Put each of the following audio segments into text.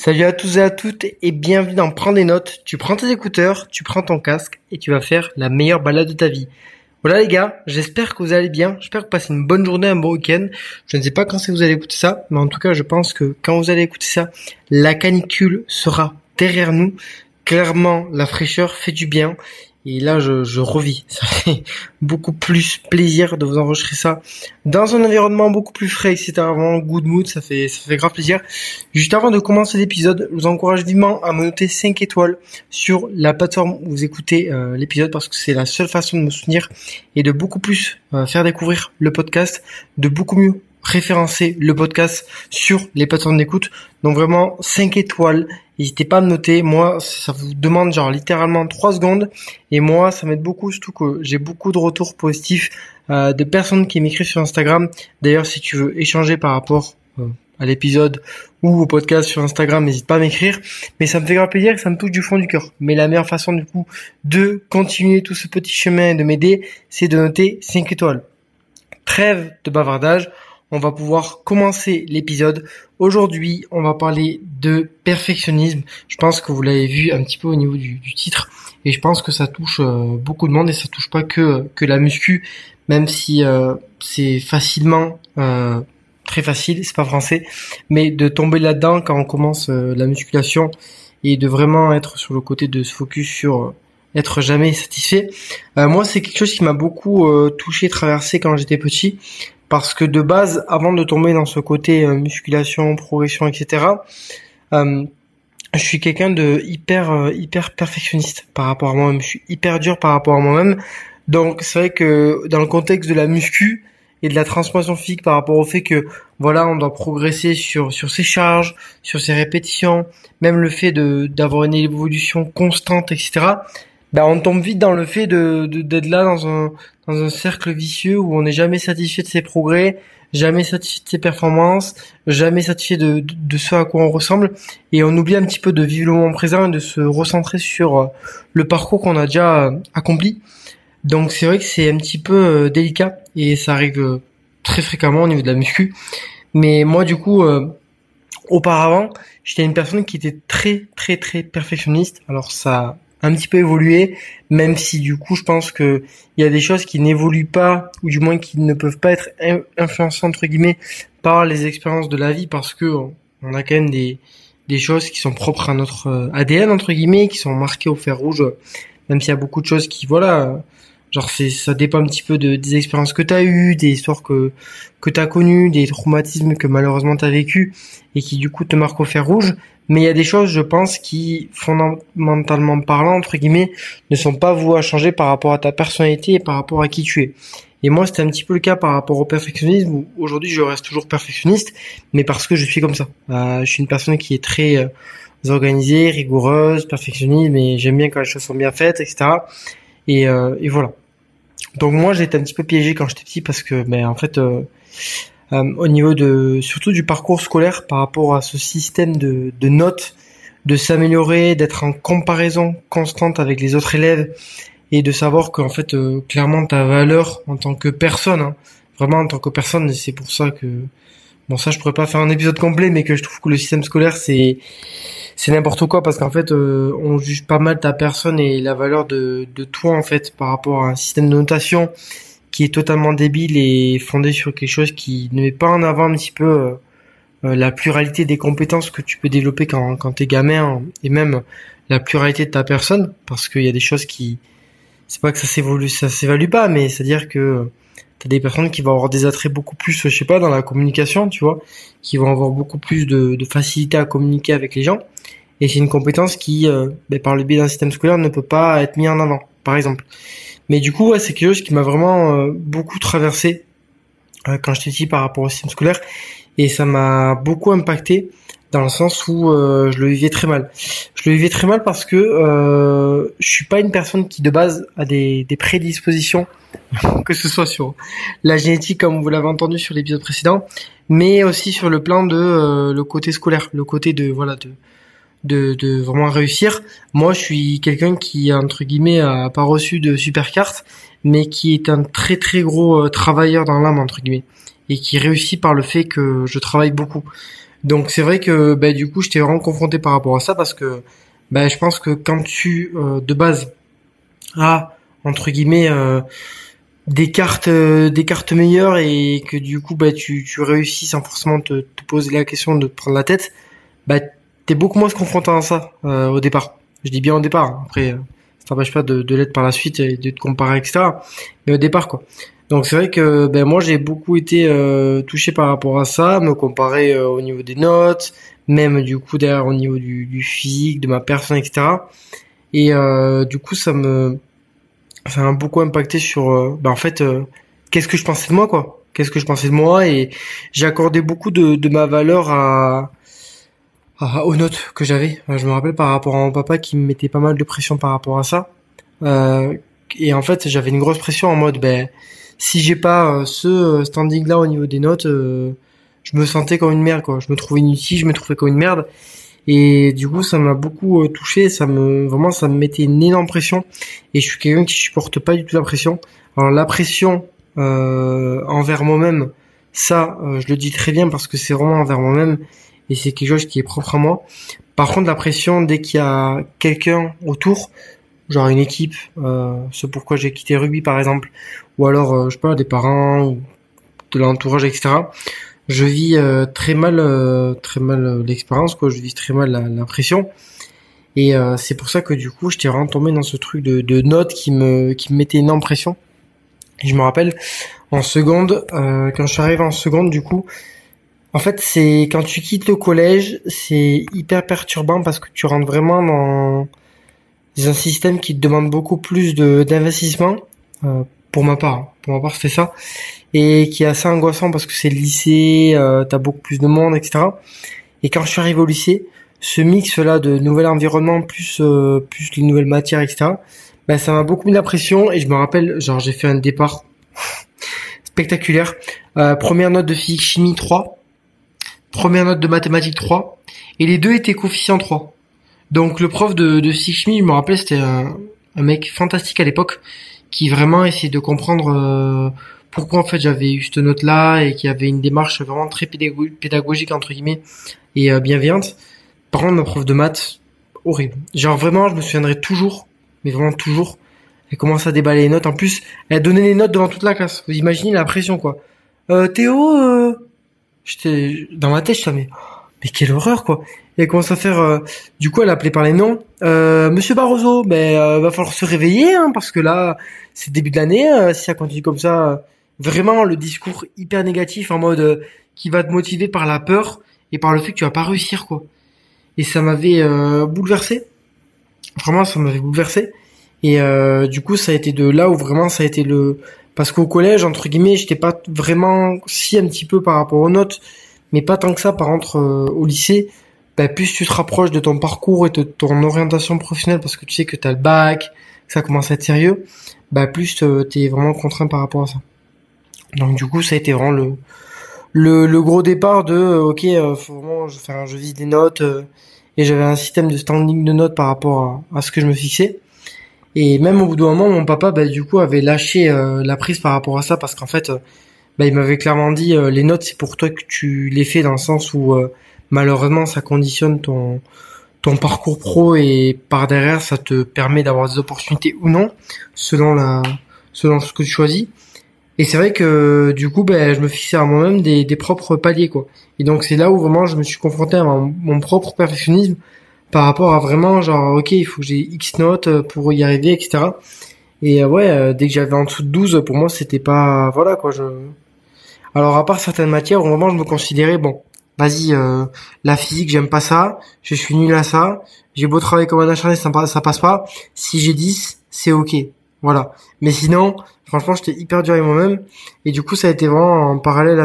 Salut à tous et à toutes et bienvenue dans Prends des notes. Tu prends tes écouteurs, tu prends ton casque et tu vas faire la meilleure balade de ta vie. Voilà les gars, j'espère que vous allez bien, j'espère que vous passez une bonne journée, un bon week-end. Je ne sais pas quand c'est que vous allez écouter ça, mais en tout cas je pense que quand vous allez écouter ça, la canicule sera derrière nous. Clairement, la fraîcheur fait du bien. Et là, je revis. Ça fait beaucoup plus plaisir de vous enregistrer ça dans un environnement beaucoup plus frais, etc. Vraiment good mood, ça fait grave plaisir. Juste avant de commencer l'épisode, je vous encourage vivement à me noter 5 étoiles sur la plateforme où vous écoutez l'épisode parce que c'est la seule façon de me soutenir et de beaucoup plus faire découvrir le podcast, de beaucoup mieux référencer le podcast sur les plateformes d'écoute. Donc vraiment 5 étoiles. N'hésitez pas à me noter. Moi, ça vous demande genre littéralement 3 secondes. Et moi, ça m'aide beaucoup, surtout que j'ai beaucoup de retours positifs de personnes qui m'écrivent sur Instagram. D'ailleurs, si tu veux échanger par rapport à l'épisode ou au podcast sur Instagram, n'hésite pas à m'écrire. Mais ça me fait grand plaisir et ça me touche du fond du cœur. Mais la meilleure façon du coup de continuer tout ce petit chemin et de m'aider, c'est de noter 5 étoiles. Trêve de bavardage. On va pouvoir commencer l'épisode. Aujourd'hui, on va parler de perfectionnisme. Je pense que vous l'avez vu un petit peu au niveau du titre. Et je pense que ça touche beaucoup de monde et ça touche pas que la muscu. Même si c'est facilement, très facile, c'est pas français. Mais de tomber là-dedans quand on commence la musculation et de vraiment être sur le côté de se focus sur être jamais satisfait. Moi, c'est quelque chose qui m'a beaucoup touché, traversé quand j'étais petit. Parce que de base, avant de tomber dans ce côté musculation, progression, etc., je suis quelqu'un de hyper perfectionniste par rapport à moi-même. Je suis hyper dur par rapport à moi-même. Donc c'est vrai que dans le contexte de la muscu et de la transformation physique par rapport au fait que voilà, on doit progresser sur ses charges, sur ses répétitions, même le fait d'avoir une évolution constante, etc. On tombe vite dans le fait d'être là dans un cercle vicieux où on n'est jamais satisfait de ses progrès, jamais satisfait de ses performances, jamais satisfait de ce à quoi on ressemble, et on oublie un petit peu de vivre le moment présent et de se recentrer sur le parcours qu'on a déjà accompli. Donc c'est vrai que c'est un petit peu délicat et ça arrive très fréquemment au niveau de la muscu. Mais moi du coup, auparavant, j'étais une personne qui était très perfectionniste. Alors ça un petit peu évolué, même si du coup je pense que il y a des choses qui n'évoluent pas ou du moins qui ne peuvent pas être influencées entre guillemets par les expériences de la vie parce que on a quand même des choses qui sont propres à notre ADN entre guillemets, qui sont marquées au fer rouge, même s'il y a beaucoup de choses qui genre ça dépend un petit peu des expériences que t'as eues, des histoires que t'as connues, des traumatismes que malheureusement t'as vécu et qui du coup te marquent au fer rouge. Mais il y a des choses, je pense, qui, fondamentalement parlant, entre guillemets, ne sont pas vouées à changer par rapport à ta personnalité et par rapport à qui tu es. Et moi, c'était un petit peu le cas par rapport au perfectionnisme, où aujourd'hui, je reste toujours perfectionniste, mais parce que je suis comme ça. Je suis une personne qui est très organisée, rigoureuse, perfectionniste, mais j'aime bien quand les choses sont bien faites, etc. Et voilà. Donc moi, j'ai été un petit peu piégé quand j'étais petit parce que, en fait... au niveau surtout du parcours scolaire par rapport à ce système de notes, de s'améliorer, d'être en comparaison constante avec les autres élèves et de savoir qu'en fait clairement ta valeur en tant que personne, vraiment en tant que personne, et c'est pour ça que ça je pourrais pas faire un épisode complet, mais que je trouve que le système scolaire c'est n'importe quoi parce qu'en fait on juge pas mal ta personne et la valeur de toi en fait par rapport à un système de notation qui est totalement débile et fondé sur quelque chose qui ne met pas en avant un petit peu la pluralité des compétences que tu peux développer quand t'es gamin et même la pluralité de ta personne parce qu'il y a des choses qui c'est pas que ça s'évalue pas, mais c'est-à-dire que t'as des personnes qui vont avoir des attraits beaucoup plus, je sais pas, dans la communication, tu vois, qui vont avoir beaucoup plus de facilité à communiquer avec les gens et c'est une compétence qui par le biais d'un système scolaire ne peut pas être mis en avant, par exemple. Mais du coup, c'est quelque chose qui m'a vraiment beaucoup traversé quand j'étais petit par rapport au système scolaire. Et ça m'a beaucoup impacté dans le sens où je le vivais très mal. Je le vivais très mal parce que je suis pas une personne qui de base a des prédispositions, que ce soit sur la génétique comme vous l'avez entendu sur l'épisode précédent, mais aussi sur le plan de le côté scolaire, le côté de vraiment réussir. Moi, je suis quelqu'un qui, entre guillemets, a pas reçu de super carte, mais qui est un très gros travailleur dans l'âme, entre guillemets, et qui réussit par le fait que je travaille beaucoup. Donc c'est vrai que du coup j'étais vraiment confronté par rapport à ça parce que je pense que quand tu de base as entre guillemets des cartes meilleures et que du coup tu réussis sans forcément te poser la question de te prendre la tête, bah t'es beaucoup moins confrontant à ça au départ. Je dis bien au départ, hein. Après ça t'empêche pas de l'être par la suite et de te comparer, etc. Mais au départ quoi. Donc c'est vrai que moi j'ai beaucoup été touché par rapport à ça, me comparer au niveau des notes, même du coup derrière au niveau du physique, de ma personne, etc. Et du coup ça m'a beaucoup impacté sur en fait qu'est-ce que je pensais de moi quoi. Qu'est-ce que je pensais de moi et j'ai accordé beaucoup de ma valeur aux notes que j'avais. Je me rappelle par rapport à mon papa qui me mettait pas mal de pression par rapport à ça. Euh, et en fait, j'avais une grosse pression en mode, si j'ai pas ce standing là au niveau des notes, je me sentais comme une merde quoi. Je me trouvais inutile, je me trouvais comme une merde. Et du coup, ça m'a beaucoup touché. Ça me mettait une énorme pression. Et je suis quelqu'un qui supporte pas du tout la pression. Alors la pression envers moi-même, ça, je le dis très bien parce que c'est vraiment envers moi-même et c'est quelque chose qui est propre à moi. Par contre, la pression dès qu'il y a quelqu'un autour, genre une équipe, c'est pourquoi j'ai quitté rugby par exemple, ou alors je sais pas des parents ou de l'entourage, etc. Je vis très mal l'expérience quoi. Je vis très mal la pression et c'est pour ça que du coup j'étais vraiment tombé dans ce truc de notes qui me mettait énorme pression. Et je me rappelle en seconde quand je suis arrivé en seconde du coup. En fait, c'est quand tu quittes le collège, c'est hyper perturbant parce que tu rentres vraiment dans un système qui te demande beaucoup plus d'investissement. Euh, pour ma part, c'est ça, et qui est assez angoissant parce que c'est le lycée, t'as beaucoup plus de monde, etc. Et quand je suis arrivé au lycée, ce mix là de nouvel environnement plus les nouvelles matières, etc. Ça m'a beaucoup mis la pression et je me rappelle, genre j'ai fait un départ spectaculaire. Première note de physique chimie 3, première note de mathématiques 3, et les deux étaient coefficient 3. Donc le prof de physique chimie, je me rappelle, c'était un mec fantastique à l'époque qui vraiment essayait de comprendre pourquoi en fait j'avais eu cette note là et qui avait une démarche vraiment très pédagogique entre guillemets et bienveillante. Par contre, ma prof de maths, horrible. Genre vraiment, je me souviendrai toujours, mais vraiment toujours. Elle commence à déballer les notes. En plus, elle donnait les notes devant toute la classe. Vous imaginez la pression quoi. Théo, j'étais dans ma tête, je savais mais quelle horreur quoi. Et elle commence à faire du coup elle appelait par les noms. Monsieur Barroso, va falloir se réveiller hein, parce que là c'est le début de l'année, si ça continue comme ça, vraiment le discours hyper négatif en mode qui va te motiver par la peur et par le fait que tu vas pas réussir quoi. Et ça m'avait bouleversé. Vraiment ça m'avait bouleversé et du coup ça a été de là où vraiment ça a été le parce qu'au collège entre guillemets, j'étais pas vraiment si un petit peu par rapport aux notes mais pas tant que ça par contre au lycée. Plus tu te rapproches de ton parcours et de ton orientation professionnelle parce que tu sais que t'as le bac, que ça commence à être sérieux, plus t'es vraiment contraint par rapport à ça. Donc du coup, ça a été vraiment le gros départ de ok, faut vraiment je vise des notes et j'avais un système de standing de notes par rapport à ce que je me fixais. Et même au bout d'un moment, mon papa du coup avait lâché la prise par rapport à ça parce qu'en fait, il m'avait clairement dit les notes c'est pour toi que tu les fais dans le sens où malheureusement ça conditionne ton parcours pro et par derrière ça te permet d'avoir des opportunités ou non selon ce que tu choisis. Et c'est vrai que du coup je me fixais à moi-même des propres paliers quoi. Et donc c'est là où vraiment je me suis confronté à mon propre perfectionnisme par rapport à vraiment genre ok il faut que j'ai X notes pour y arriver, etc. Et dès que j'avais en dessous de 12 pour moi c'était pas voilà quoi. Alors à part certaines matières où vraiment je me considérais bon vas-y, la physique, j'aime pas ça, je suis nul à ça, j'ai beau travailler comme un acharné, ça passe pas. Si j'ai 10, c'est ok. Voilà. Mais sinon, franchement, j'étais hyper dur avec moi-même. Et du coup, ça a été vraiment en parallèle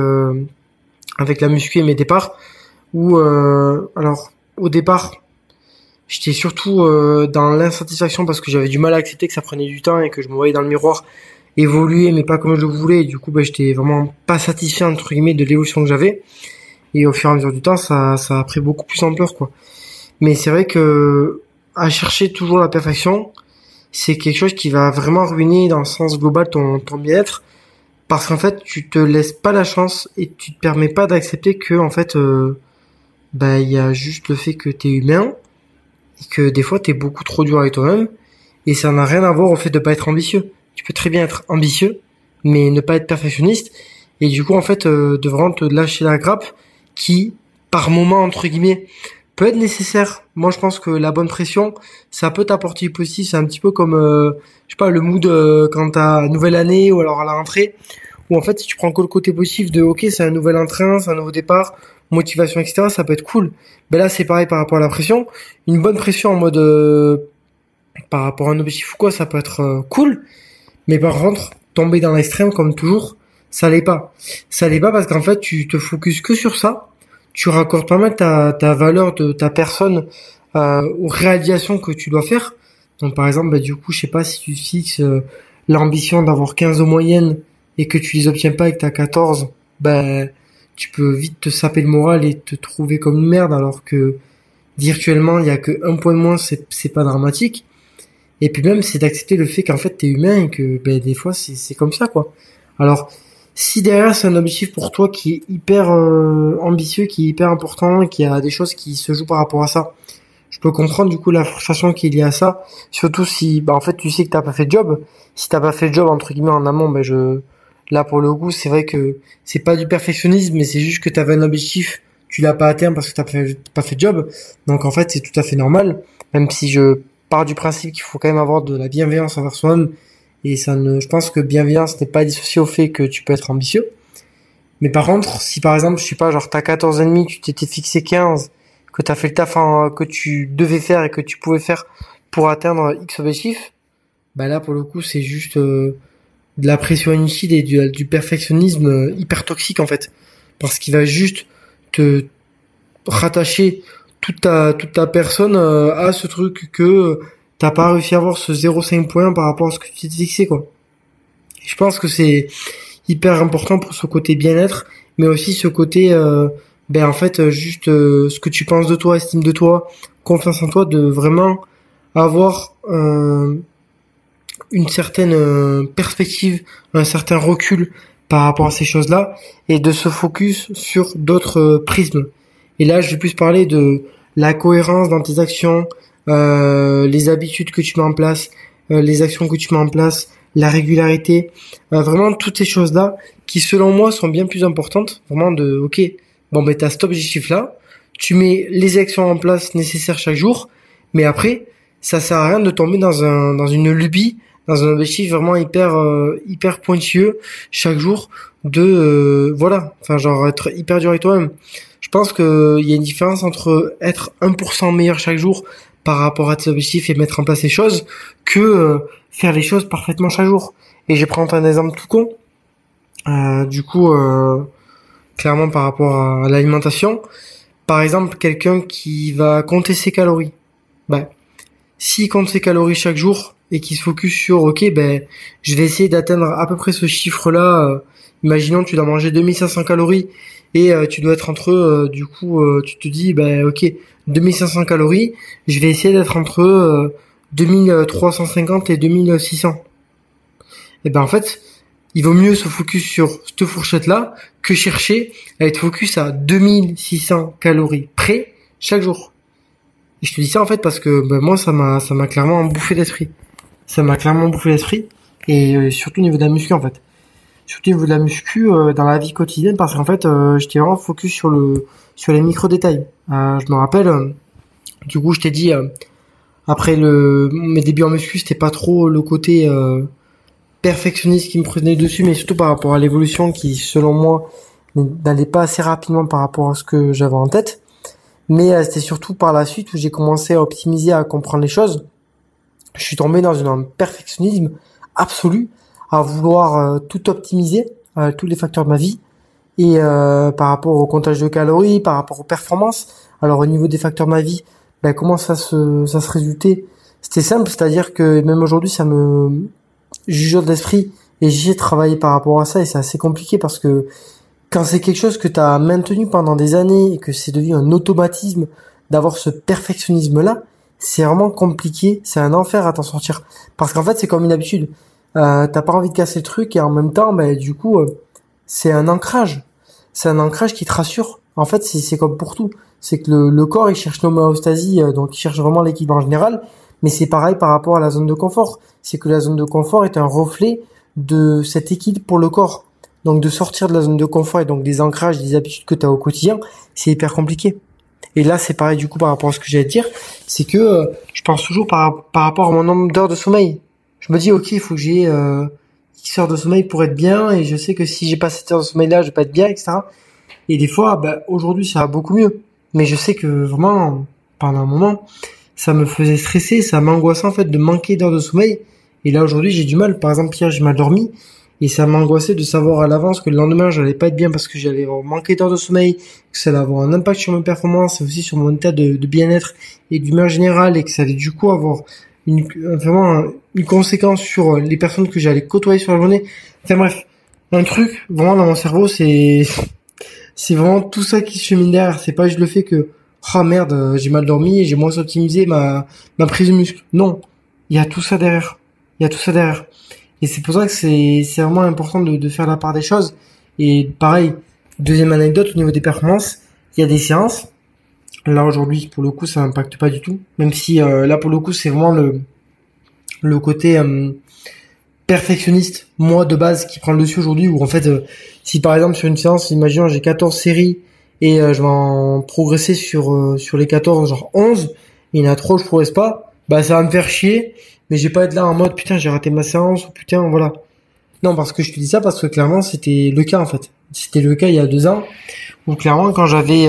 avec la muscu et mes départs. Où, alors, au départ, j'étais surtout dans l'insatisfaction parce que j'avais du mal à accepter que ça prenait du temps et que je me voyais dans le miroir évoluer, mais pas comme je le voulais. Et du coup, j'étais vraiment pas satisfait, entre guillemets, de l'évolution que j'avais. Et au fur et à mesure du temps, ça a pris beaucoup plus d'ampleur, quoi. Mais c'est vrai que à chercher toujours la perfection, c'est quelque chose qui va vraiment ruiner dans le sens global ton bien-être, parce qu'en fait, tu te laisses pas la chance et tu te permets pas d'accepter que en fait, bah il y a juste le fait que t'es humain et que des fois t'es beaucoup trop dur avec toi-même et ça n'a rien à voir au fait de pas être ambitieux. Tu peux très bien être ambitieux mais ne pas être perfectionniste et du coup en fait de vraiment te lâcher la grappe qui par moment entre guillemets peut être nécessaire. Moi je pense que la bonne pression ça peut t'apporter du positif, c'est un petit peu comme je sais pas le mood quand t'as nouvelle année ou alors à la rentrée où en fait si tu prends que le côté positif de ok c'est un nouvel entrain, c'est un nouveau départ, motivation etc ça peut être cool. Ben là c'est pareil par rapport à la pression, une bonne pression en mode par rapport à un objectif ou quoi ça peut être cool, mais par contre tomber dans l'extrême comme toujours ça l'est pas. Ça l'est pas parce qu'en fait tu te focuses que sur ça, tu raccordes pas mal ta valeur de ta personne aux réalisations que tu dois faire. Donc par exemple ben, du coup je sais pas si tu fixes l'ambition d'avoir 15 de moyenne et que tu les obtiens pas et que t'as 14, ben tu peux vite te saper le moral et te trouver comme une merde alors que virtuellement il y a que un point de moins, c'est pas dramatique. Et puis même c'est d'accepter le fait qu'en fait t'es humain et que ben des fois c'est comme ça quoi. Alors si derrière c'est un objectif pour toi qui est hyper ambitieux, qui est hyper important et qu'il y a des choses qui se jouent par rapport à ça, je peux comprendre du coup la frustration qu'il y a à ça, surtout si bah en fait tu sais que t'as pas fait de job. Si t'as pas fait de job entre guillemets en amont, ben là pour le coup c'est vrai que c'est pas du perfectionnisme, mais c'est juste que t'avais un objectif, tu l'as pas atteint parce que t'as pas fait de job. Donc en fait c'est tout à fait normal, même si je pars du principe qu'il faut quand même avoir de la bienveillance envers soi-même et je pense que bienveillance n'est pas dissocié au fait que tu peux être ambitieux. Mais par contre, si par exemple, je sais pas, genre t'as 14 et demi, tu t'étais fixé 15, que t'as fait le taf que tu devais faire et que tu pouvais faire pour atteindre X objectif, bah là pour le coup c'est juste de la pression inutile et du perfectionnisme hyper toxique en fait, parce qu'il va juste te rattacher toute ta personne à ce truc que t'as pas réussi à avoir ce 0,5 point par rapport à ce que tu t'es fixé quoi. Et je pense que c'est hyper important pour ce côté bien-être, mais aussi ce côté ben en fait juste ce que tu penses de toi, estime de toi, confiance en toi, de vraiment avoir une certaine perspective, un certain recul par rapport à ces choses-là et de se focus sur d'autres prismes. Et là, je vais plus parler de la cohérence dans tes actions, les habitudes que tu mets en place, les actions que tu mets en place, la régularité, vraiment toutes ces choses-là qui, selon moi, sont bien plus importantes. Vraiment de, ok, bon ben t'as cet objectif-là, tu mets les actions en place nécessaires chaque jour, mais après, ça sert à rien de tomber dans une lubie, dans un objectif vraiment hyper pointilleux chaque jour de voilà, enfin genre être hyper dur avec toi-même. Je pense que il y a une différence entre être 1% meilleur chaque jour par rapport à tes objectifs et mettre en place les choses que faire les choses parfaitement chaque jour. Et je vais prendre un exemple tout con. Du coup, clairement par rapport à l'alimentation, par exemple quelqu'un qui va compter ses calories. Ben, s'il compte ses calories chaque jour et qu'il se focus sur ok ben je vais essayer d'atteindre à peu près ce chiffre là, imaginons tu dois manger 2500 calories et tu dois être entre du coup tu te dis ben ok 2500 calories, je vais essayer d'être entre 2350 et 2600. Et ben en fait il vaut mieux se focus sur cette fourchette là que chercher à être focus à 2600 calories près chaque jour. Et je te dis ça en fait parce que ben, moi ça m'a clairement bouffé l'esprit. Ça m'a clairement bouffé l'esprit et surtout au niveau de la muscu en fait. Surtout au niveau de la muscu dans la vie quotidienne parce qu'en fait j'étais vraiment focus sur les micro détails. Je me rappelle du coup je t'ai dit après mes débuts en muscu c'était pas trop le côté perfectionniste qui me prenait dessus mais surtout par rapport à l'évolution qui selon moi n'allait pas assez rapidement par rapport à ce que j'avais en tête. Mais c'était surtout par la suite où j'ai commencé à optimiser, à comprendre les choses. Je suis tombé dans un perfectionnisme absolu, à vouloir tout optimiser, tous les facteurs de ma vie, et par rapport au comptage de calories, par rapport aux performances. Alors au niveau des facteurs de ma vie, ben, comment ça se résultait? C'était simple, c'est-à-dire que même aujourd'hui ça me juge de l'esprit et j'ai travaillé par rapport à ça et c'est assez compliqué parce que quand c'est quelque chose que tu as maintenu pendant des années et que c'est devenu un automatisme d'avoir ce perfectionnisme-là, c'est vraiment compliqué, c'est un enfer à t'en sortir. Parce qu'en fait, c'est comme une habitude. T'as pas envie de casser le truc et en même temps, du coup, c'est un ancrage. C'est un ancrage qui te rassure. En fait, c'est comme pour tout. C'est que le corps, il cherche l'homéostasie, donc il cherche vraiment l'équilibre en général. Mais c'est pareil par rapport à la zone de confort. C'est que la zone de confort est un reflet de cet équilibre pour le corps. Donc de sortir de la zone de confort et donc des ancrages, des habitudes que tu as au quotidien, c'est hyper compliqué. Et là, c'est pareil du coup par rapport à ce que j'allais te dire, c'est que je pense toujours par rapport à mon nombre d'heures de sommeil. Je me dis ok, il faut que j'ai X heures de sommeil pour être bien, et je sais que si j'ai pas cette heure de sommeil là, je vais pas être bien, etc. Et des fois, aujourd'hui, ça va beaucoup mieux. Mais je sais que vraiment, pendant un moment, ça me faisait stresser, ça m'angoissait en fait de manquer d'heures de sommeil. Et là aujourd'hui, j'ai du mal. Par exemple, hier, j'ai mal dormi. Et ça m'angoissait de savoir à l'avance que le lendemain, j'allais pas être bien parce que j'allais manquer d'heures de sommeil, que ça allait avoir un impact sur mes performances et aussi sur mon état de bien-être et d'humeur générale, et que ça allait du coup avoir vraiment une conséquence sur les personnes que j'allais côtoyer sur la journée. Enfin bref, un truc vraiment dans mon cerveau, c'est vraiment tout ça qui se chemine derrière. C'est pas juste le fait que oh merde, j'ai mal dormi et j'ai moins optimisé ma prise de muscle. Non, il y a tout ça derrière. Il y a tout ça derrière. Et c'est pour ça que c'est vraiment important de faire la part des choses. Et pareil, deuxième anecdote au niveau des performances, il y a des séances. Là aujourd'hui, pour le coup, ça m'impacte pas du tout. Même si là pour le coup, c'est vraiment le côté perfectionniste, moi de base, qui prend le dessus aujourd'hui. Où en fait, si par exemple sur une séance, imaginons j'ai 14 séries et je vais en progresser sur les 14, genre 11, et il y en a 3 où je progresse pas, bah ça va me faire chier. Mais je vais pas être là en mode putain j'ai raté ma séance ou putain voilà. Non, parce que je te dis ça parce que clairement c'était le cas en fait. C'était le cas il y a 2 ans où clairement quand j'avais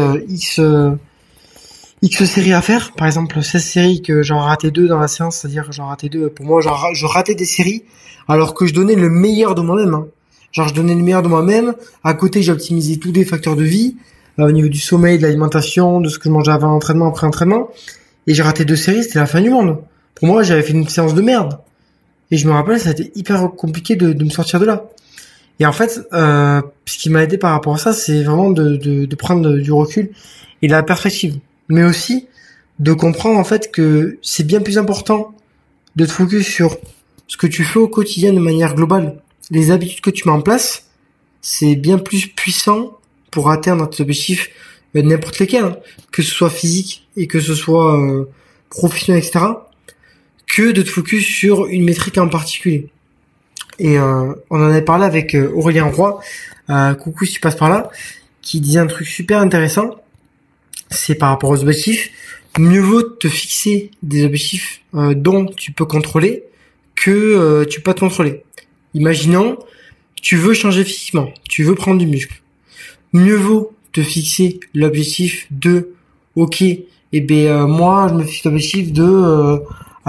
X séries à faire, par exemple 16 séries que j'en ratais 2 dans la séance, c'est-à-dire que j'en ratais 2, pour moi je ratais des séries alors que je donnais le meilleur de moi-même. Hein. Genre je donnais le meilleur de moi-même, à côté j'ai optimisé tous les facteurs de vie, au niveau du sommeil, de l'alimentation, de ce que je mangeais avant l'entraînement, après l'entraînement, et j'ai raté 2 séries, c'était la fin du monde. Pour moi j'avais fait une séance de merde. Et je me rappelle, ça a été hyper compliqué de me sortir de là. Et en fait, ce qui m'a aidé par rapport à ça, c'est vraiment de prendre du recul et de la perspective. Mais aussi de comprendre en fait que c'est bien plus important de te focus sur ce que tu fais au quotidien de manière globale. Les habitudes que tu mets en place, c'est bien plus puissant pour atteindre tes objectifs, n'importe lesquels, hein, que ce soit physique et que ce soit professionnel, etc., que de te focus sur une métrique en particulier. Et on en avait parlé avec Aurélien Roy, coucou si tu passes par là, qui disait un truc super intéressant, c'est par rapport aux objectifs, mieux vaut te fixer des objectifs dont tu peux contrôler que tu peux pas te contrôler. Imaginons, tu veux changer physiquement, tu veux prendre du muscle. Mieux vaut te fixer l'objectif de, ok, moi je me fixe l'objectif de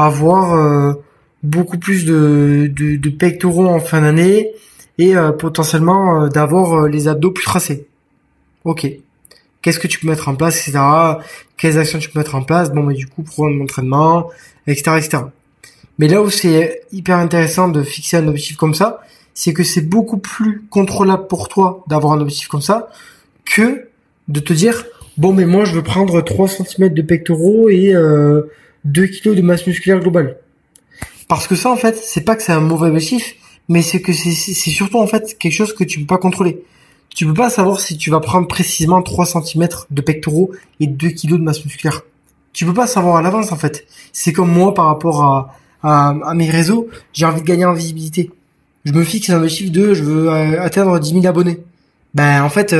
avoir beaucoup plus de pectoraux en fin d'année et potentiellement d'avoir les abdos plus tracés. Ok. Qu'est-ce que tu peux mettre en place, etc. Quelles actions tu peux mettre en place. Bon, du coup, programme d'entraînement, etc., etc. Mais là où c'est hyper intéressant de fixer un objectif comme ça, c'est que c'est beaucoup plus contrôlable pour toi d'avoir un objectif comme ça que de te dire, bon, mais moi, je veux prendre 3 cm de pectoraux et 2 kg de masse musculaire globale. Parce que ça, en fait, c'est pas que c'est un mauvais objectif, mais c'est que c'est surtout, en fait, quelque chose que tu peux pas contrôler. Tu peux pas savoir si tu vas prendre précisément 3 cm de pectoraux et 2 kg de masse musculaire. Tu peux pas savoir à l'avance, en fait. C'est comme moi par rapport à mes réseaux, j'ai envie de gagner en visibilité. Je me fixe un objectif de, je veux atteindre 10 000 abonnés. En fait,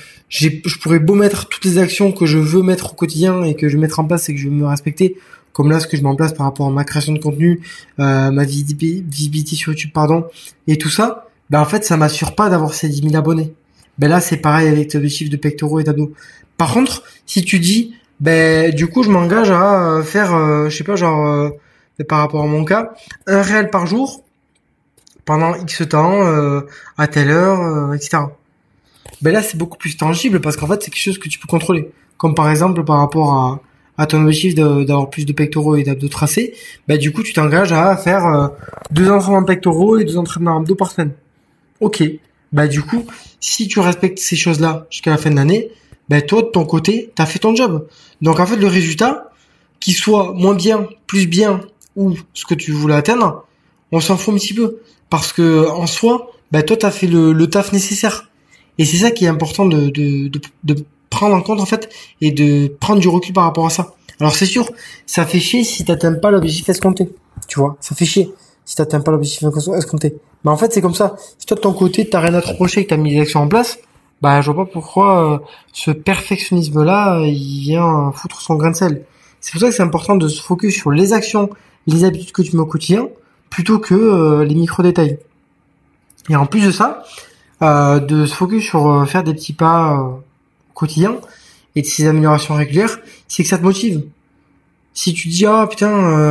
je pourrais beau mettre toutes les actions que je veux mettre au quotidien et que je vais mettre en place et que je veux me respecter, comme là ce que je mets en place par rapport à ma création de contenu, ma visibilité sur YouTube, et tout ça, en fait, ça m'assure pas d'avoir ces 10 000 abonnés. Là, c'est pareil avec tes objectifs de pectoraux et d'abdos. Par contre, si tu dis, du coup, je m'engage à faire, je sais pas, genre, par rapport à mon cas, un réel par jour, pendant X temps, à telle heure, etc. Là, c'est beaucoup plus tangible parce qu'en fait, c'est quelque chose que tu peux contrôler. Comme par exemple, par rapport à ton objectif d'avoir plus de pectoraux et d'abdos tracés, du coup, tu t'engages à faire 2 entraînements pectoraux et 2 entraînements abdos par semaine. Ok. Du coup, si tu respectes ces choses-là jusqu'à la fin de l'année, toi, de ton côté, t'as fait ton job. Donc, en fait, le résultat, qu'il soit moins bien, plus bien, ou ce que tu voulais atteindre, on s'en fout un petit peu. Parce que, en soi, toi, t'as fait le taf nécessaire. Et c'est ça qui est important de prendre en compte en fait et de prendre du recul par rapport à ça. Alors c'est sûr, ça fait chier si t'atteins pas l'objectif escompté, tu vois, ça fait chier si t'atteins pas l'objectif escompté. Mais en fait c'est comme ça. Si toi de ton côté t'as rien à te reprocher et que t'as mis les actions en place, bah je vois pas pourquoi ce perfectionnisme-là il vient foutre son grain de sel. C'est pour ça que c'est important de se focus sur les actions, les habitudes que tu mets au quotidien, plutôt que les micro-détails. Et en plus de ça, de se focus sur faire des petits pas au quotidien et de ces améliorations régulières, c'est que ça te motive. Si tu te dis ah putain,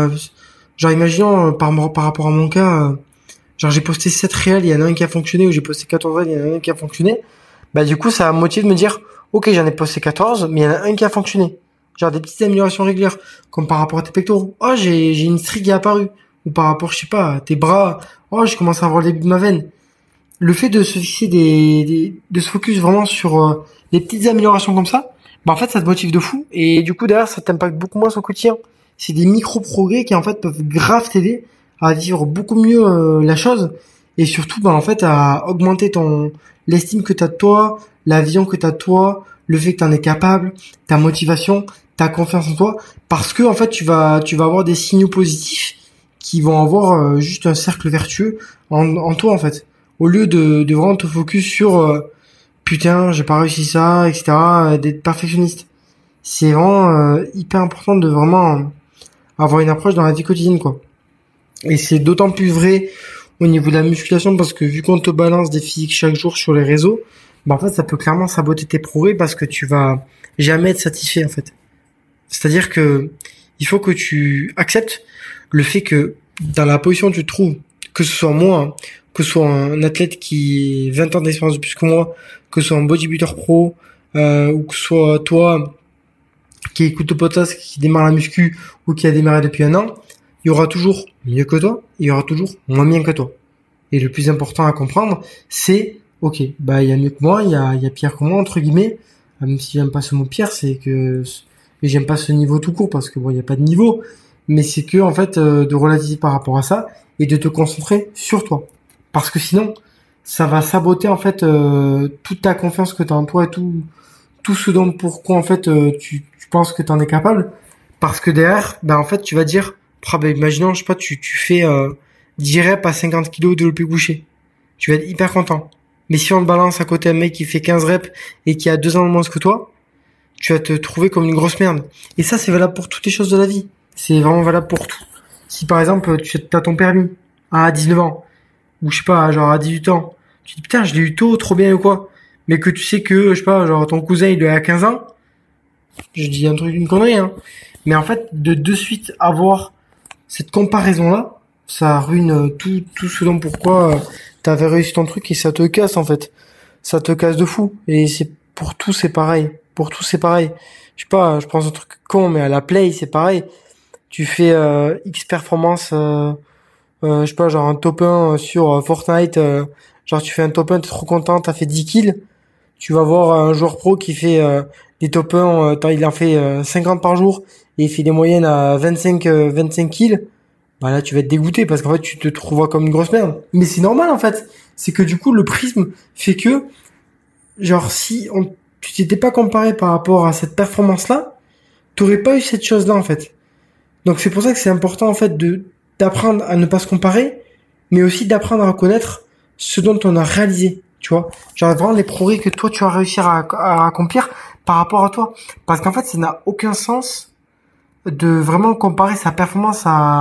genre imaginons par rapport à mon cas, genre j'ai posté 7 réels, il y en a un qui a fonctionné, ou j'ai posté 14 réels, il y en a un qui a fonctionné, bah du coup ça me motive de me dire ok j'en ai posté 14, mais il y en a un qui a fonctionné. Genre des petites améliorations régulières, comme par rapport à tes pectoraux. Oh j'ai une strie qui est apparue. Ou par rapport, je sais pas, à tes bras. Oh je commence à avoir le début de ma veine. Le fait de se fixer de se focus vraiment sur des petites améliorations comme ça, bah en fait ça te motive de fou et du coup derrière ça t'impacte beaucoup moins sur le quotidien. C'est des micro progrès qui en fait peuvent grave t'aider à vivre beaucoup mieux la chose et surtout bah en fait à augmenter ton l'estime que t'as de toi, la vision que t'as de toi, le fait que t'en es capable, ta motivation, ta confiance en toi, parce que en fait tu vas avoir des signaux positifs qui vont avoir juste un cercle vertueux en toi en fait. Au lieu de vraiment te focus sur putain j'ai pas réussi ça, etc. D'être perfectionniste. C'est vraiment hyper important de vraiment avoir une approche dans la vie quotidienne quoi. Et c'est d'autant plus vrai au niveau de la musculation parce que vu qu'on te balance des physiques chaque jour sur les réseaux, bah en fait ça peut clairement saboter tes progrès parce que tu vas jamais être satisfait en fait. C'est-à-dire que il faut que tu acceptes le fait que dans la position où tu te trouves, que ce soit moi, hein, que ce soit un athlète qui ait 20 ans d'expérience de plus que moi, que ce soit un bodybuilder pro, ou que ce soit toi qui écoute le podcast, qui démarre la muscu ou qui a démarré depuis un an, il y aura toujours mieux que toi, il y aura toujours moins bien que toi. Et le plus important à comprendre, c'est, ok, bah il y a mieux que moi, il y a pire que moi, entre guillemets, même si j'aime pas ce mot pire, c'est que et j'aime pas ce niveau tout court parce que bon, il y a pas de niveau, mais c'est que en fait de relativiser par rapport à ça et de te concentrer sur toi. Parce que sinon, ça va saboter en fait toute ta confiance que tu as en toi et tout ce dont pourquoi en fait tu penses que tu en es capable. Parce que derrière, ben en fait tu vas dire, ben, imaginons, je sais pas, tu fais 10 reps à 50 kilos de développé couché. Tu vas être hyper content. Mais si on te balance à côté un mec qui fait 15 reps et qui a 2 ans de moins que toi, tu vas te trouver comme une grosse merde. Et ça, c'est valable pour toutes les choses de la vie. C'est vraiment valable pour tout. Si par exemple, tu as ton permis à 19 ans, ou je sais pas, genre à 18 ans, tu te dis putain, je l'ai eu tôt, trop bien ou quoi. Mais que tu sais que, je sais pas, genre ton cousin il est à 15 ans, je dis un truc, une connerie, hein. Mais en fait, de suite avoir cette comparaison-là, ça ruine tout ce dont pourquoi t'avais réussi ton truc et ça te casse en fait. Ça te casse de fou. Et c'est pour tout c'est pareil. Pour tout c'est pareil. Je sais pas, je pense un truc con, mais à la play c'est pareil. Tu fais X performance, je sais pas, genre un top 1 sur Fortnite, genre tu fais un top 1, t'es trop content, t'as fait 10 kills. Tu vas voir un joueur pro qui fait des top 1, il en fait 50 par jour et il fait des moyennes à 25 kills. Bah là tu vas être dégoûté parce qu'en fait tu te trouves comme une grosse merde. Mais c'est normal en fait. C'est que du coup le prisme fait que genre si tu t'étais pas comparé par rapport à cette performance là, t'aurais pas eu cette chose là en fait. Donc c'est pour ça que c'est important en fait d'apprendre à ne pas se comparer, mais aussi d'apprendre à reconnaître ce dont on a réalisé, tu vois. Genre vraiment les progrès que toi tu as réussi à accomplir par rapport à toi. Parce qu'en fait ça n'a aucun sens de vraiment comparer sa performance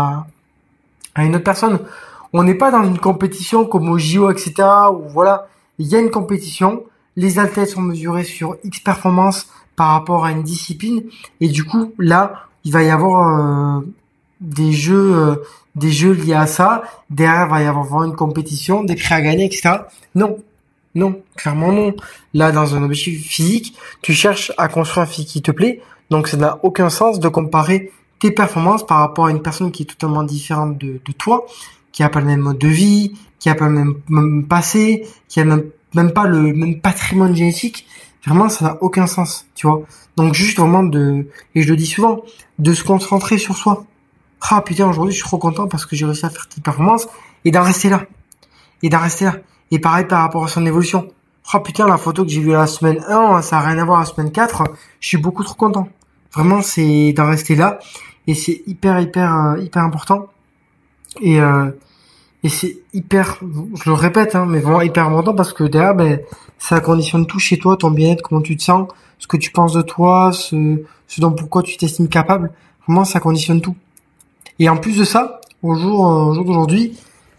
à une autre personne. On n'est pas dans une compétition comme au JO, etc. où voilà, il y a une compétition, les athlètes sont mesurés sur X performance par rapport à une discipline, et du coup, là, il va y avoir des jeux liés à ça. Derrière, il va y avoir une compétition, des prix à gagner, etc. Non, non, clairement non. Là, dans un objectif physique, tu cherches à construire un physique qui te plaît, donc ça n'a aucun sens de comparer tes performances par rapport à une personne qui est totalement différente de toi, qui a pas le même mode de vie, qui a pas le même passé, qui a même pas le même patrimoine génétique. Vraiment, ça n'a aucun sens, tu vois. Donc juste vraiment et je le dis souvent, de se concentrer sur soi. Ah putain, aujourd'hui je suis trop content parce que j'ai réussi à faire cette performance et d'en rester là. Et d'en rester là. Et pareil par rapport à son évolution. Oh putain, la photo que j'ai vue la semaine 1, ça a rien à voir à la semaine 4. Je suis beaucoup trop content. Vraiment, c'est d'en rester là. Et c'est hyper important. Et, euh, et c'est hyper, je le répète, hein, mais vraiment hyper important parce que derrière, ça conditionne tout chez toi, ton bien-être, comment tu te sens, ce que tu penses de toi, ce dont pourquoi tu t'estimes capable. Vraiment, ça conditionne tout. Et en plus de ça, au jour d'aujourd'hui,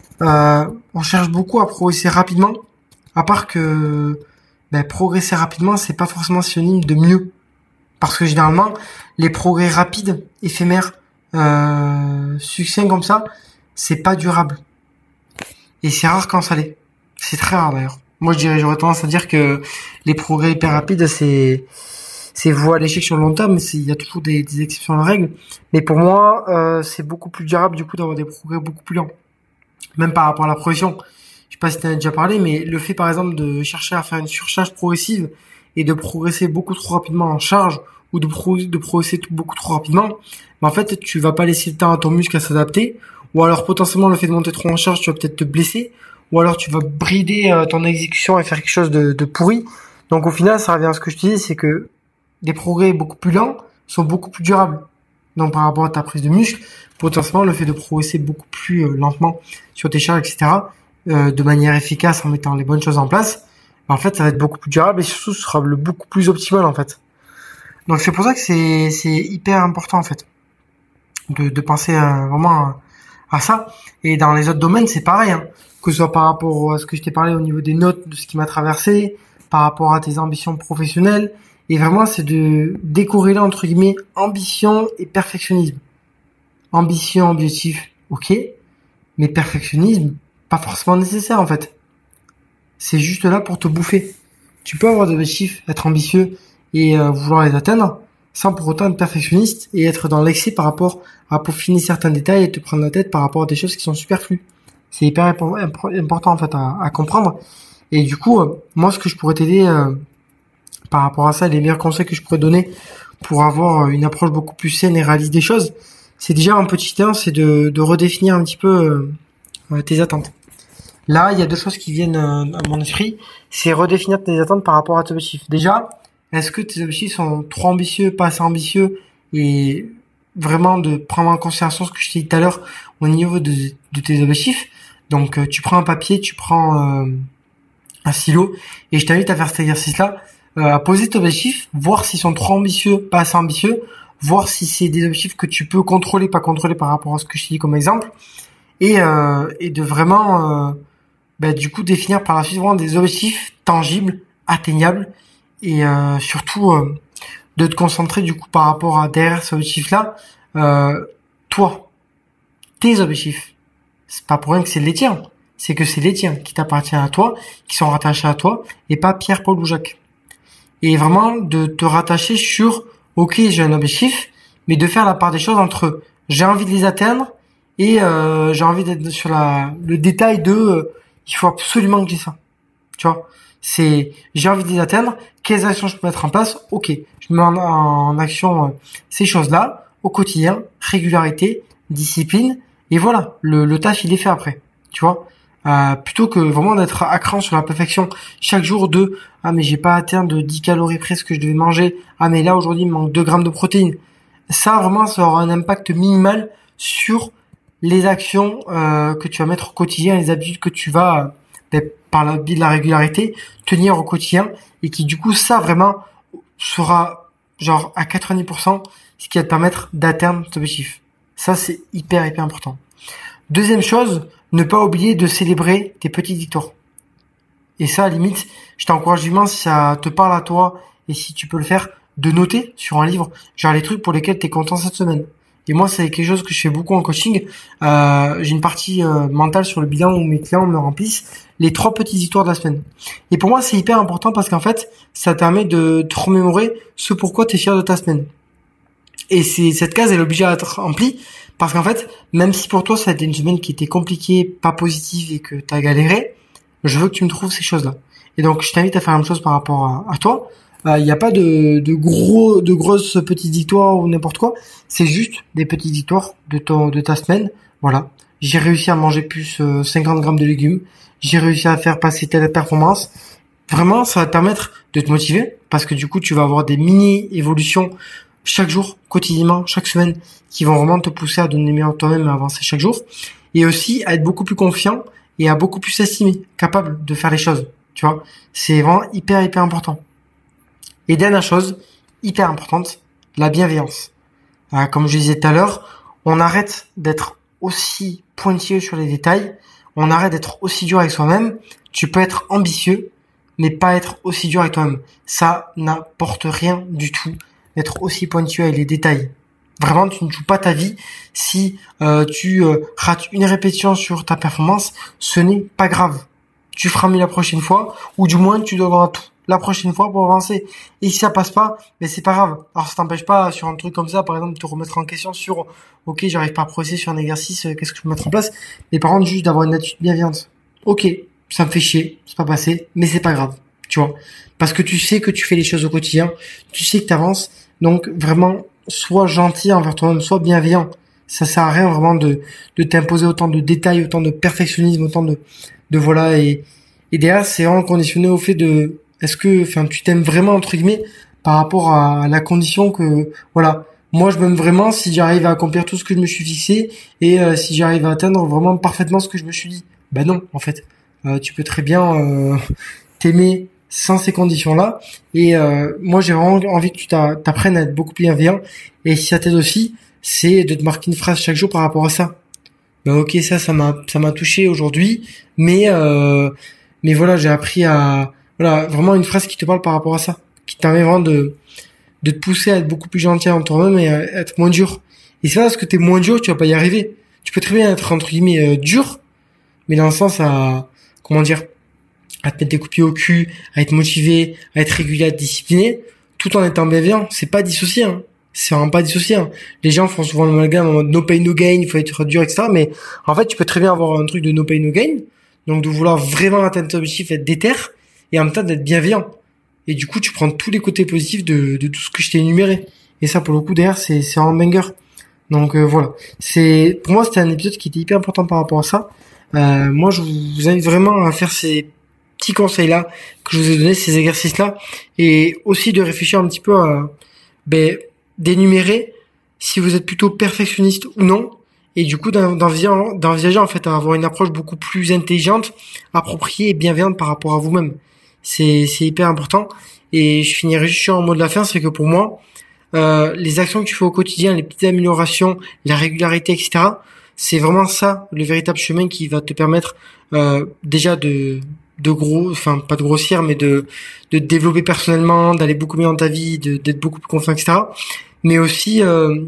on cherche beaucoup à progresser rapidement. À part que progresser rapidement, c'est pas forcément synonyme de mieux. Parce que généralement, les progrès rapides, éphémères, succincts comme ça, c'est pas durable. Et c'est rare quand ça l'est. C'est très rare d'ailleurs. Moi, j'aurais tendance à dire que les progrès hyper rapides, c'est voué à l'échec sur le long terme, mais il y a toujours des exceptions à la règle. Mais pour moi, c'est beaucoup plus durable du coup d'avoir des progrès beaucoup plus lents. Même par rapport à la progression. Je sais pas si tu en as déjà parlé, mais le fait par exemple de chercher à faire une surcharge progressive et de progresser beaucoup trop rapidement en charge ou de progresser beaucoup trop rapidement, en fait, tu vas pas laisser le temps à ton muscle à s'adapter, ou alors potentiellement le fait de monter trop en charge, tu vas peut-être te blesser, ou alors tu vas brider ton exécution et faire quelque chose de pourri. Donc au final, ça revient à ce que je te dis, c'est que des progrès beaucoup plus lents sont beaucoup plus durables. Donc par rapport à ta prise de muscle, potentiellement le fait de progresser beaucoup plus lentement sur tes charges, etc., de manière efficace en mettant les bonnes choses en place, en fait ça va être beaucoup plus durable et surtout ce sera beaucoup plus optimal en fait. Donc c'est pour ça que c'est hyper important en fait de penser vraiment à ça. Et dans les autres domaines c'est pareil, hein, que ce soit par rapport à ce que je t'ai parlé au niveau des notes, de ce qui m'a traversé, par rapport à tes ambitions professionnelles. Et vraiment, c'est de décorréler entre guillemets ambition et perfectionnisme. Ambition, objectif, ok, mais perfectionnisme, pas forcément nécessaire en fait. C'est juste là pour te bouffer. Tu peux avoir des objectifs, être ambitieux et vouloir les atteindre, sans pour autant être perfectionniste et être dans l'excès par rapport à peaufiner certains détails et te prendre la tête par rapport à des choses qui sont superflues. C'est hyper important en fait à comprendre. Et du coup, moi, ce que je pourrais t'aider par rapport à ça, les meilleurs conseils que je pourrais donner pour avoir une approche beaucoup plus saine et réaliste des choses, c'est déjà un petit 1, c'est de redéfinir un petit peu tes attentes. Là, il y a deux choses qui viennent à mon esprit, c'est redéfinir tes attentes par rapport à tes objectifs. Déjà, est-ce que tes objectifs sont trop ambitieux, pas assez ambitieux, et vraiment de prendre en considération ce que je t'ai dit tout à l'heure au niveau de tes objectifs. Donc, tu prends un papier, tu prends un stylo, et je t'invite à faire cet exercice-là, à poser tes objectifs, voir s'ils sont trop ambitieux, pas assez ambitieux, voir si c'est des objectifs que tu peux contrôler, pas contrôler par rapport à ce que je t'ai dit comme exemple, et de vraiment, du coup, définir par la suite vraiment des objectifs tangibles, atteignables, et surtout de te concentrer du coup par rapport à derrière ces objectifs-là, toi, tes objectifs. C'est pas pour rien que c'est les tiens, c'est que c'est les tiens qui t'appartiennent à toi, qui sont rattachés à toi, et pas Pierre, Paul ou Jacques. Et vraiment de te rattacher sur, ok, j'ai un objectif, mais de faire la part des choses entre j'ai envie de les atteindre et j'ai envie d'être sur le détail de il faut absolument que j'ai ça. Tu vois, c'est j'ai envie de les atteindre, quelles actions je peux mettre en place? Ok, je mets en action ces choses-là au quotidien, régularité, discipline, et voilà, le taf il est fait après. Tu vois, plutôt que vraiment d'être à cran sur la perfection chaque jour de ah mais j'ai pas atteint de 10 calories près ce que je devais manger, ah mais là aujourd'hui il me manque 2 grammes de protéines. Ça vraiment ça aura un impact minimal sur les actions que tu vas mettre au quotidien, les habitudes que tu vas par le biais de la régularité tenir au quotidien, et qui du coup ça vraiment sera genre à 90% ce qui va te permettre d'atteindre ton objectif. Ça c'est hyper important. Deuxième chose, ne pas oublier de célébrer tes petites victoires. Et ça, à la limite, je t'encourage vivement, si ça te parle à toi et si tu peux le faire, de noter sur un livre, genre les trucs pour lesquels tu es content cette semaine. Et moi, c'est quelque chose que je fais beaucoup en coaching. J'ai une partie mentale sur le bilan où mes clients me remplissent les 3 petites victoires de la semaine. Et pour moi, c'est hyper important parce qu'en fait, ça te permet de te remémorer ce pourquoi tu es fier de ta semaine. Et cette case, elle est obligée à être remplie parce qu'en fait, même si pour toi, ça a été une semaine qui était compliquée, pas positive et que tu as galéré, je veux que tu me trouves ces choses-là. Et donc, je t'invite à faire la même chose par rapport à toi. Il n'y a pas de grosses petites victoires ou n'importe quoi. C'est juste des petites victoires de ta semaine. Voilà. J'ai réussi à manger plus 50 grammes de légumes. J'ai réussi à faire passer telle performance. vraiment, ça va te permettre de te motiver parce que du coup, tu vas avoir des mini-évolutions chaque jour, quotidiennement, chaque semaine, qui vont vraiment te pousser à donner meilleur de toi-même et à avancer chaque jour. Et aussi à être beaucoup plus confiant et à beaucoup plus s'estimer, capable de faire les choses. Tu vois, c'est vraiment hyper important. Et dernière chose, hyper importante, la bienveillance. Comme je disais tout à l'heure, on arrête d'être aussi pointilleux sur les détails, on arrête d'être aussi dur avec soi-même. Tu peux être ambitieux, mais pas être aussi dur avec toi-même. Ça n'apporte rien du tout d'être aussi pointilleux avec les détails. Vraiment, tu ne joues pas ta vie. Si tu rates une répétition sur ta performance, ce n'est pas grave. Tu feras mieux la prochaine fois, ou du moins tu donneras tout la prochaine fois pour avancer. Et si ça passe pas, mais c'est pas grave. Alors ça t'empêche pas sur un truc comme ça, par exemple, de te remettre en question sur ok, j'arrive pas à progresser sur un exercice, qu'est-ce que je peux mettre en place? Mais par contre, juste d'avoir une attitude bienveillante. Ok, ça me fait chier, c'est pas passé, mais c'est pas grave, tu vois. Parce que tu sais que tu fais les choses au quotidien, tu sais que t'avances, donc vraiment, sois gentil envers toi-même, sois bienveillant. Ça sert à rien vraiment de t'imposer autant de détails, autant de perfectionnisme, autant de voilà, et derrière, c'est vraiment conditionné au fait de, est-ce que, enfin, tu t'aimes vraiment, entre guillemets, par rapport à la condition que, voilà, moi je m'aime vraiment si j'arrive à accomplir tout ce que je me suis fixé et si j'arrive à atteindre vraiment parfaitement ce que je me suis dit. Ben non, en fait, tu peux très bien t'aimer sans ces conditions-là. Et moi j'ai vraiment envie que tu t'apprennes à être beaucoup plus bienveillant. Et si ça t'aide aussi, c'est de te marquer une phrase chaque jour par rapport à ça. Ben ok, ça m'a touché aujourd'hui, mais voilà, j'ai appris à, voilà, vraiment une phrase qui te parle par rapport à ça, qui te permet vraiment de te pousser à être beaucoup plus gentil en toi-même et à être moins dur. Et c'est pas parce que t'es moins dur, tu vas pas y arriver. Tu peux très bien être, entre guillemets, dur, mais dans le sens à, comment dire, à te mettre des coups de pied au cul, à être motivé, à être régulier, à être discipliné, tout en étant bienveillant. C'est pas dissocié, hein. C'est vraiment pas dissocié, hein. Les gens font souvent le amalgame en mode no pain no gain, il faut être dur, etc. Mais en fait, tu peux très bien avoir un truc de no pain no gain, donc de vouloir vraiment atteindre ton objectif, être déter, et en même temps d'être bienveillant. Et du coup, tu prends tous les côtés positifs de tout ce que je t'ai énuméré. Et ça, pour le coup, derrière, c'est un banger. Donc voilà. Pour moi, c'était un épisode qui était hyper important par rapport à ça. Moi, je vous invite vraiment à faire ces petits conseils-là que je vous ai donnés, ces exercices-là, et aussi de réfléchir un petit peu à, d'énumérer si vous êtes plutôt perfectionniste ou non, et du coup d'envisager en fait à avoir une approche beaucoup plus intelligente, appropriée et bienveillante par rapport à vous-même. C'est hyper important. Et je finirai juste sur un mot de la fin, c'est que pour moi, les actions que tu fais au quotidien, les petites améliorations, la régularité, etc., c'est vraiment ça le véritable chemin qui va te permettre déjà enfin pas de grossir, mais de te développer personnellement, d'aller beaucoup mieux dans ta vie, d'être beaucoup plus confiant, etc. Mais aussi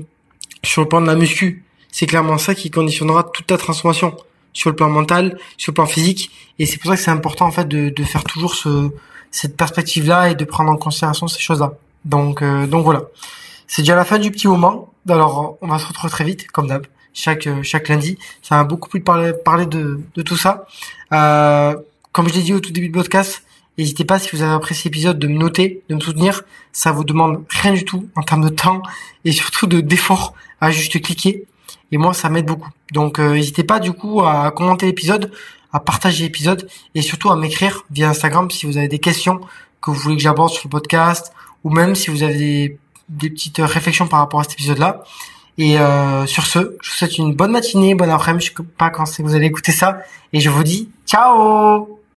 sur le plan de la muscu, c'est clairement ça qui conditionnera toute ta transformation sur le plan mental, sur le plan physique. Et c'est pour ça que c'est important en fait de faire toujours cette perspective-là et de prendre en considération ces choses-là. Donc voilà. C'est déjà la fin du petit moment. Alors on va se retrouver très vite, comme d'hab, chaque lundi. Ça m'a beaucoup plu de parler de tout ça. Comme je l'ai dit au tout début de podcast, n'hésitez pas, si vous avez apprécié l'épisode, de me noter, de me soutenir. Ça vous demande rien du tout en termes de temps et surtout d'effort à juste cliquer. Et moi, ça m'aide beaucoup. Donc, n'hésitez pas du coup à commenter l'épisode, à partager l'épisode et surtout à m'écrire via Instagram si vous avez des questions que vous voulez que j'aborde sur le podcast ou même si vous avez des petites réflexions par rapport à cet épisode-là. Et sur ce, je vous souhaite une bonne matinée, bon après-midi, je sais pas quand c'est que vous allez écouter ça. Et je vous dis ciao!